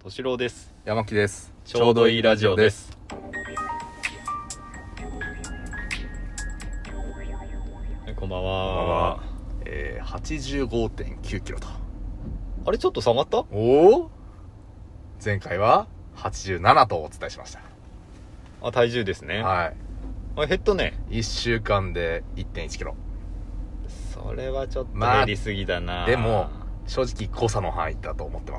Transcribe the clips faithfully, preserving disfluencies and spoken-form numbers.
敏郎です。 山木です。 ちょうどいいラジオです。こんばんは。 こんばんは。えー、はちじゅうごてんきゅうキロと。 あれちょっと下がった？ おお。前回ははちじゅうななとお伝えしました。 あ、体重ですね。 はい。 あ、減ったね。 いっしゅうかんで いってんいちキロ。 それはちょっと減りすぎだな、まあ、でも正直誤差の範囲だと思ってます。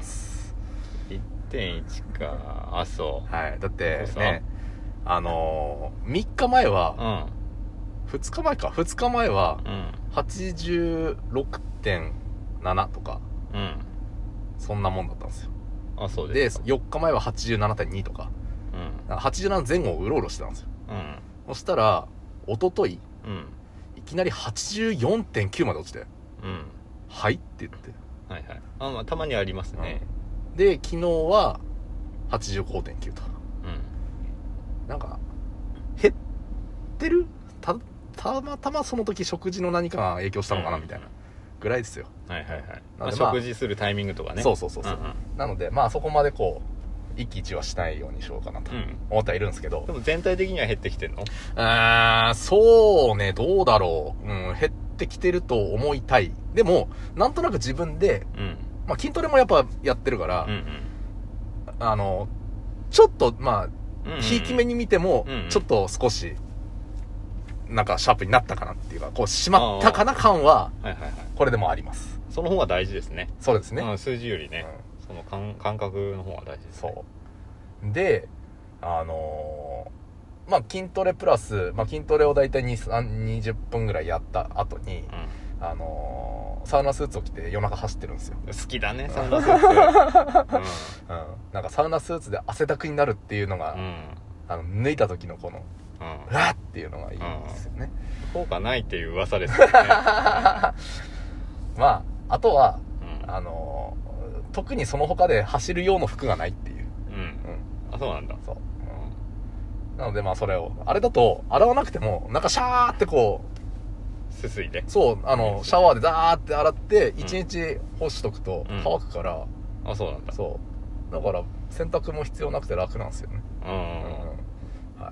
いってんいち か。あ、そう。 はい。だってね、あのー、みっかまえは、うん、ふつかまえかふつかまえは、うん、はちじゅうろくてんななとか、うん、そんなもんだったんですよ。 あ、そうですか。 でよっかまえは はちじゅうななてんに とか、うん、はちじゅうなな前後をうろうろしてたんですよ。うん、そしたら一昨日、うん、いきなり はちじゅうよんてんきゅう まで落ちて、うん、はいって言って、 はいはい、あ、まあ、たまにありますね、 うん、で昨日は はちじゅうごてんきゅう と、うん、なんか減ってる、たたまたまその時食事の何かが影響したのかなみたいなぐらいですよ。 はいはいはい。 まあ、 食事するタイミングとかね。 そうそうそうそう、うんうん、なのでまあそこまでこう一喜一憂はしないようにしようかなと思ってはいるんですけど、うん、 でも全体的には減ってきてるの？ あー、そうね、どうだろう、うん、減ってきてると思いたい。でもなんとなく自分で、うん、まあ、筋トレもやっぱやってるから、うんうん、あのちょっとまあひいき目に見ても、うんうん、ちょっと少しなんかシャープになったかなっていうか、こうしまったかな感はこれでもあります。 その方が大事ですね。 そうですね、 うん、数字よりね、うん、その感, 感覚の方が大事ですね。 そうで、あのー、まあ筋トレプラス、まあ、筋トレをだいたいにじゅっぷんぐらいやった後に、うん、あのー、サウナスーツを着て夜中走ってるんですよ。 好きだね、サウナスーツ、うんうん、なんかサウナスーツで汗だくになるっていうのが、うん、あの脱いだ時のこのうわ、うん、っていうのがいいんですよね、 うん、効果ないっていう噂ですよねまああとは、うん、あのー、特にその他で走る用の服がないっていう、うん、うん、 あ、そうなんだ。 そう、うん、なのでまあそれをあれだと洗わなくてもなんかシャーってこうすすいで、 そう、あのシャワーでダーって洗っていちにち干しとくと乾くから、 うん、あ、そうなんだ。 そうだから洗濯も必要なくて楽なんですよね。うん、うん、はい。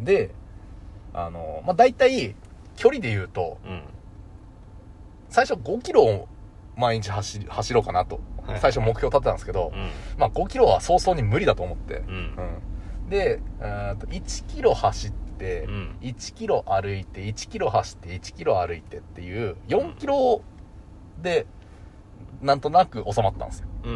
で、あのまあ大体距離で言うと、うん、最初ごキロを毎日走走ろうかなと、はい、最初目標立てたんですけど、うん、まあごキロは早々に無理だと思って、うんうん、でいちキロ走って、うん、いちキロ歩いていちキロ走っていちキロ歩いてっていうよんキロでなんとなく収まったんですよ、うんうん、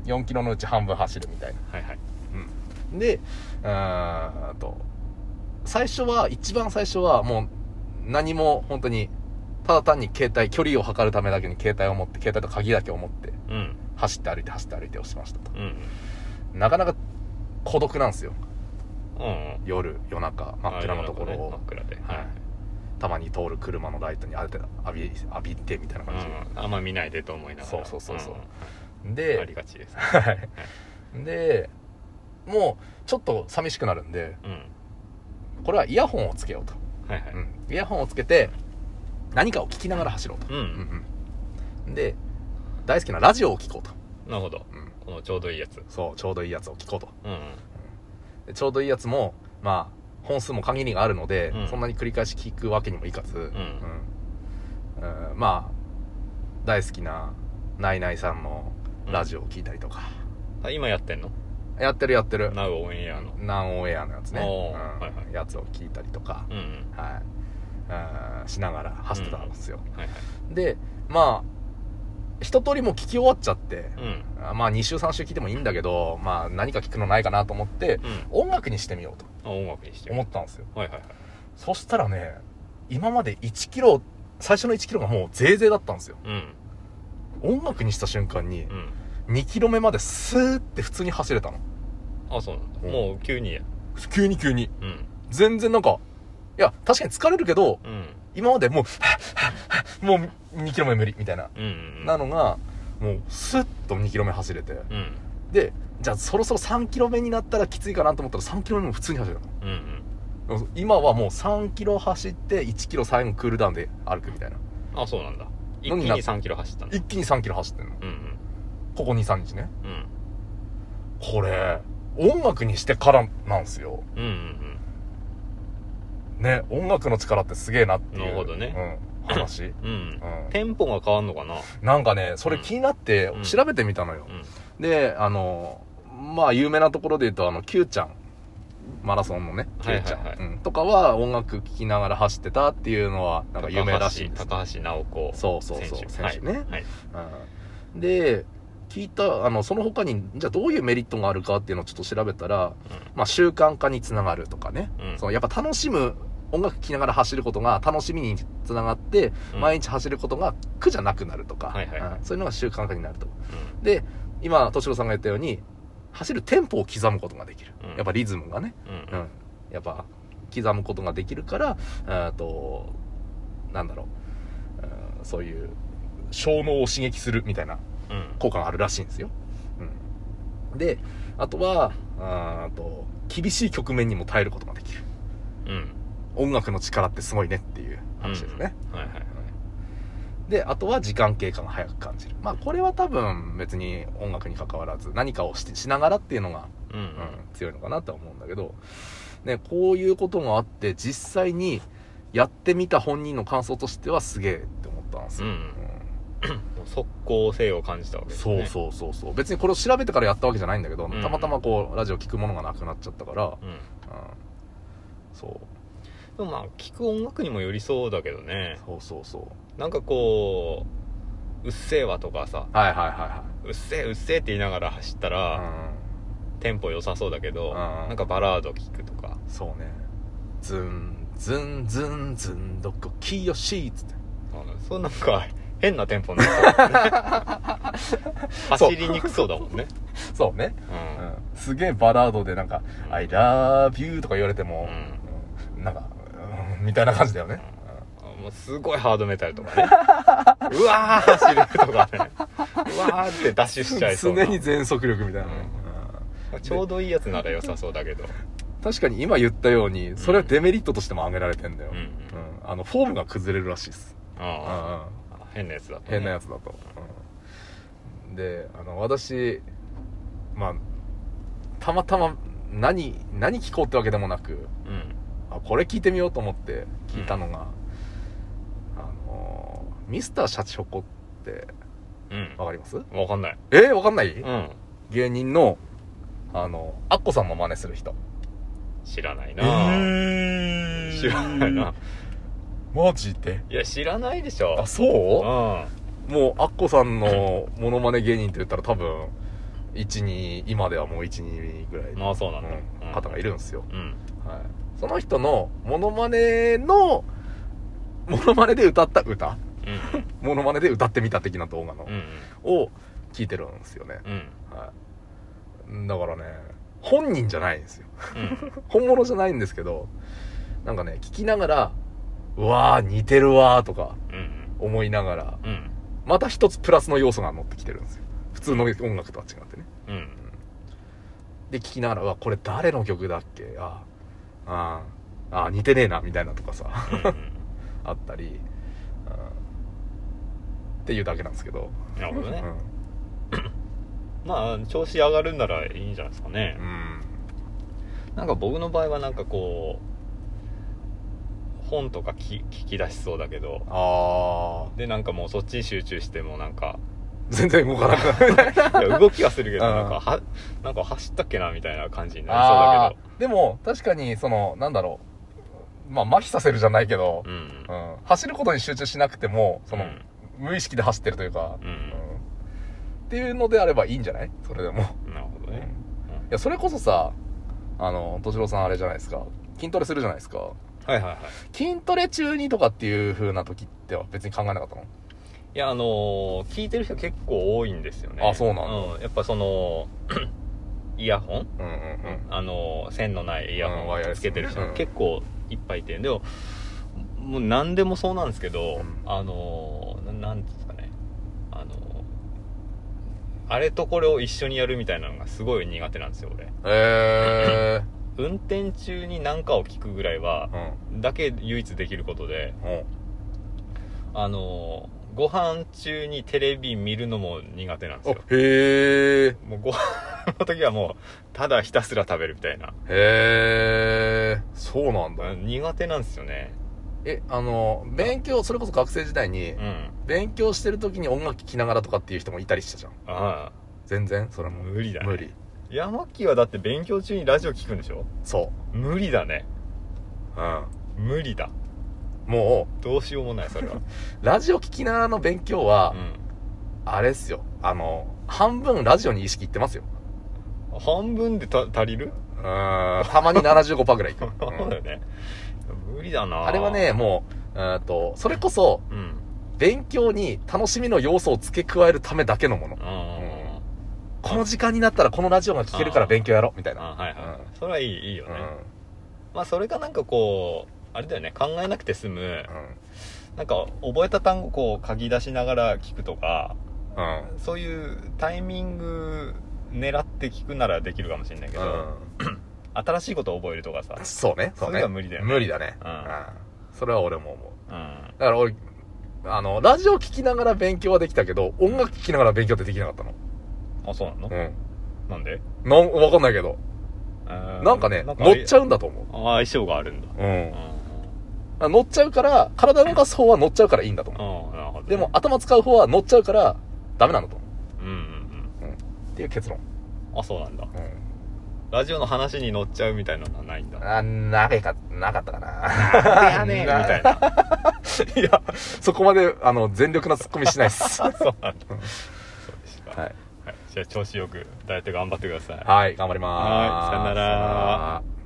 よんキロのうち半分走るみたいな、はいはい、うん、であと最初は一番最初はもう何も本当にただ単に携帯距離を測るためだけに携帯を持って携帯と鍵だけを持って、うん、走って歩いて走って歩いてをしましたと、うん、なかなか孤独なんですよ、うん、夜夜中真っ暗なところを、ね、真っ暗で、はい、たまに通る車のライトに当てて浴び浴びてみたいな感じで、 うん、あんま見ないでと思いながら、 そうそうそうそう、 うん、でありがちです、ね、 はい、でもうちょっと寂しくなるんで、うん、これはイヤホンをつけようと、はいはい、うん、イヤホンをつけて何かを聞きながら走ろうと、うんうんうん、で大好きなラジオを聞こうと。 なるほど、うん、このちょうどいいやつ、 そうちょうどいいやつを聞こうと、うんうん、でちょうどいいやつもまあ本数も限りがあるので、うん、そんなに繰り返し聞くわけにもいかず、うんうんうん、まあ大好きなナイナイさんのラジオを聞いたりとか、 うん、あ、今やってんの？ やってるやってる、 ナウオンエアのナウオンエアのやつね、うん、はいはい、やつを聞いたりとか、うんうん、はい、しながら走ってたんですよ、うん、はいはい、でまあ一通りもう聞き終わっちゃって、うん、まあに週さん週聞いてもいいんだけど、まあ何か聞くのないかなと思って、うん、音楽にしてみようとあ音楽にして思ったんですよ、 はいはいはい、 そしたらね今までいちキロ最初のいちキロがもうゼーゼーだったんですよ、うん、音楽にした瞬間に、うん、にキロめまでスーって普通に走れたの。 あ、そうなんだ、うん、もう急にや急に急に、うん、全然なんかいや確かに疲れるけど、うん、今までもうもうにキロめ無理みたいな、うんうんうん、なのがもうスッとにキロめ走れて、うん、でじゃあそろそろさんキロめになったらきついかなと思ったらさんキロめも普通に走れたの、うんうん、今はもうさんキロ走っていちキロ最後クールダウンで歩くみたいな。 あ、そうなんだ。一気にさんキロ走ったの？ 一気にさんキロ走ってんの、うんうん、ここ にさんにちね、 これ音楽にしてからなんですよ。 うんうんうん。ね、音楽の力ってすげえなっていう。 なるほどね。 うん。話。 うん。うん。 うん。 テンポが変わんのかな。 なんかね、それ気になって調べてみたのよ。うん、で、あの、まあ、有名なところで言うと、あの、Q ちゃん。マラソンのね、Q ちゃん、はいはいはい、うん、とかは音楽聴きながら走ってたっていうのは、なんか有名らしいんです、ね。 高橋直子。 そうそうそう、選手ね。 はい。 うん、で、聞いた、あの、その他に、じゃあどういうメリットがあるかっていうのをちょっと調べたら、うん、まあ習慣化につながるとかね、うん、そのやっぱ楽しむ、音楽聴きながら走ることが楽しみにつながって、うん、毎日走ることが苦じゃなくなるとか、はいはいはい、うん、そういうのが習慣化になると。うん、で、今、敏郎さんが言ったように、走るテンポを刻むことができる。うん、やっぱリズムがね、うん、うん。やっぱ刻むことができるから、えっと、なんだろう、うん、そういう小脳を刺激するみたいな効果があるらしいんですよ。うん、で、あとは、あと厳しい局面にも耐えることができる。うん、音楽の力ってすごいねっていう話ですね。うん、はいはいはい。で、あとは時間経過が早く感じる。まあこれは多分別に音楽に関わらず何かを し, しながらっていうのが、うんうん、強いのかなとは思うんだけど、ね、こういうことがあって実際にやってみた本人の感想としてはすげえって思ったんですよ。うんうん、 即効性を感じたわけですね。 そうそうそうそう。別にこれを調べてからやったわけじゃないんだけど、うん、たまたまこうラジオ聞くものがなくなっちゃったから、うんうん、そう。 でもまあ聞く音楽にもよりそうだけどね。 そうそうそう。 なんかこううっせぇわとかさ、 はいはいはいはい、 うっせぇうっせぇって言いながら走ったら、うん、テンポ良さそうだけど、うん、なんかバラード聞くとか、 そうね、ズンズンズンズンどこきよしっつって、 そうなんか変なテンポになっそう、ね、走りにくそうだもんね。 そうね、うんうん、すげえバラードでなんか、うん、I love you とか言われても、うん、なんか、うん、みたいな感じだよね、 うん、もうすごいハードメタルとかねうわー走るとかねうわーってダッシュしちゃいそうな、 常に全速力みたいなね、 うんうん、ちょうどいいやつなら良さそうだけど、 確かに今言ったようにそれはデメリットとしても挙げられてんだよ、うんうんうん、あのフォームが崩れるらしいです。 ああ、うん、変なやつだと、ね、 変なやつだと、うん、で、あの私まあたまたま何何聞こうってわけでもなく、うん、あこれ聞いてみようと思って聞いたのが、うん、あのミスターシャチホコってわかります？ わかんない。 えー、わかんない？ うん、 芸人のあのアッコさんの真似する人。 知らないな、えー、知らないな。 マジで？ いや知らないでしょ。 あ、そう？うん、もうアッコさんのモノマネ芸人って言ったら多分いち、に今ではもういち、にぐらいの、 あ、そうなんだ、 うん、方がいるんですよ、 うんはい、その人のモノマネのモノマネで歌った歌、うん、モノマネで歌ってみた的な動画の、うん、を聞いてるんですよね、うんはい、だからね本人じゃないんですよ、うん、本物じゃないんですけどなんかね聞きながらうわー似てるわーとか思いながら、うん、また一つプラスの要素が乗ってきてるんですよ普通の音楽とは違ってね、うん、で聞きながらうわこれ誰の曲だっけああああ似てねえなみたいなとかさ、うん、あったり、うん、っていうだけなんですけど。 なるほどね、うん、まあ調子上がるんならいいんじゃないですかね、うん、なんか僕の場合はなんかこう本とか聞き出しそうだけど、あでなんかもうそっちに集中してもなんか全然動かなくなるいや動きはするけどなんかはなんか走ったっけなみたいな感じになりそうだけど、 でも確かにそのなんだろうまあ麻痺させるじゃないけど、うんうん、走ることに集中しなくてもその、うん、無意識で走ってるというか、うんうん、っていうのであればいいんじゃないそれでも。 なるほどね、 うん、いやそれこそさあの敏郎さんあれじゃないですか筋トレするじゃないですか。 はいはいはい。 筋トレ中にとかっていう風な時っては別に考えなかったの？ いやあのー、聞いてる人結構多いんですよね。 あ、そうなんだ、 うん、やっぱそのイヤホン、 うんうんうん、 あのー、線のないイヤホンをつけてる人結構いっぱいいて、でももう何でもそうなんですけど、うん、あのー、なんですかね、あのー、あれとこれを一緒にやるみたいなのがすごい苦手なんですよ俺。 えー、運転中に何かを聞くぐらいは、うん、だけ唯一できることで、うん、あのーご飯中にテレビ見るのも苦手なんですよ。 へえ。 もうご飯の時はもうただひたすら食べるみたいな。 へえ、そうなんだ。 苦手なんですよね。 え、あの勉強、それこそ学生時代に、うん、勉強してる時に音楽聴きながらとかっていう人もいたりしたじゃん。ああ、全然それも無理だね。 無理。 山木はだって勉強中にラジオ聞くんでしょ。 そう無理だね。うん、無理だ。もうどうしようもないそれは。 ラジオ聞きながらの勉強は、うん、あれっすよ、あの半分ラジオに意識いってますよ。 半分でた足りる？ うーん、たまに ななじゅうごパーセント ぐらいいく。 そうだよね。無理だな。 あれはね、もう、うんと、それこそ、うん、勉強に楽しみの要素を付け加えるためだけのもの。うん、この時間になったらこのラジオが聴けるから勉強やろうみたいな。 はいはい、うん、それはいい、いいよね。うん、まあそれがなんかこうあれだよね、考えなくて済む、うん、なんか覚えた単語こう書き出しながら聞くとか、うん、そういうタイミング狙って聞くならできるかもしれないけど、うん、新しいことを覚えるとかさ、 そうね、そうね、 それは無理だよね。 無理だね。うん、うん、それは俺も思う。うん、だから俺あのラジオ聞きながら勉強はできたけど、音楽聞きながら勉強ってできなかったの。 あ、そうなの？うん。なんで？ なん、わかんないけど。なんかね、なんか乗っちゃうんだと思う。 ああ、相性があるんだ。うん。 うん、乗っちゃうから、体動かす方は乗っちゃうからいいんだと思う。なるほどね。でも頭使う方は乗っちゃうからダメなんだと思う。うんうんうん。うん。っていう結論。 あ、そうなんだ。うん。ラジオの話に乗っちゃうみたいなのはないんだ。 あ、なか、なかったかな。 なんでやねんみたいな。 いや、そこまで、あの、全力なツッコミしないっす。 そうなんだ。そうですか。はい。はい。じゃあ調子よく、ダイエット頑張ってください。 はい、頑張りまーす。 はい、さよなら。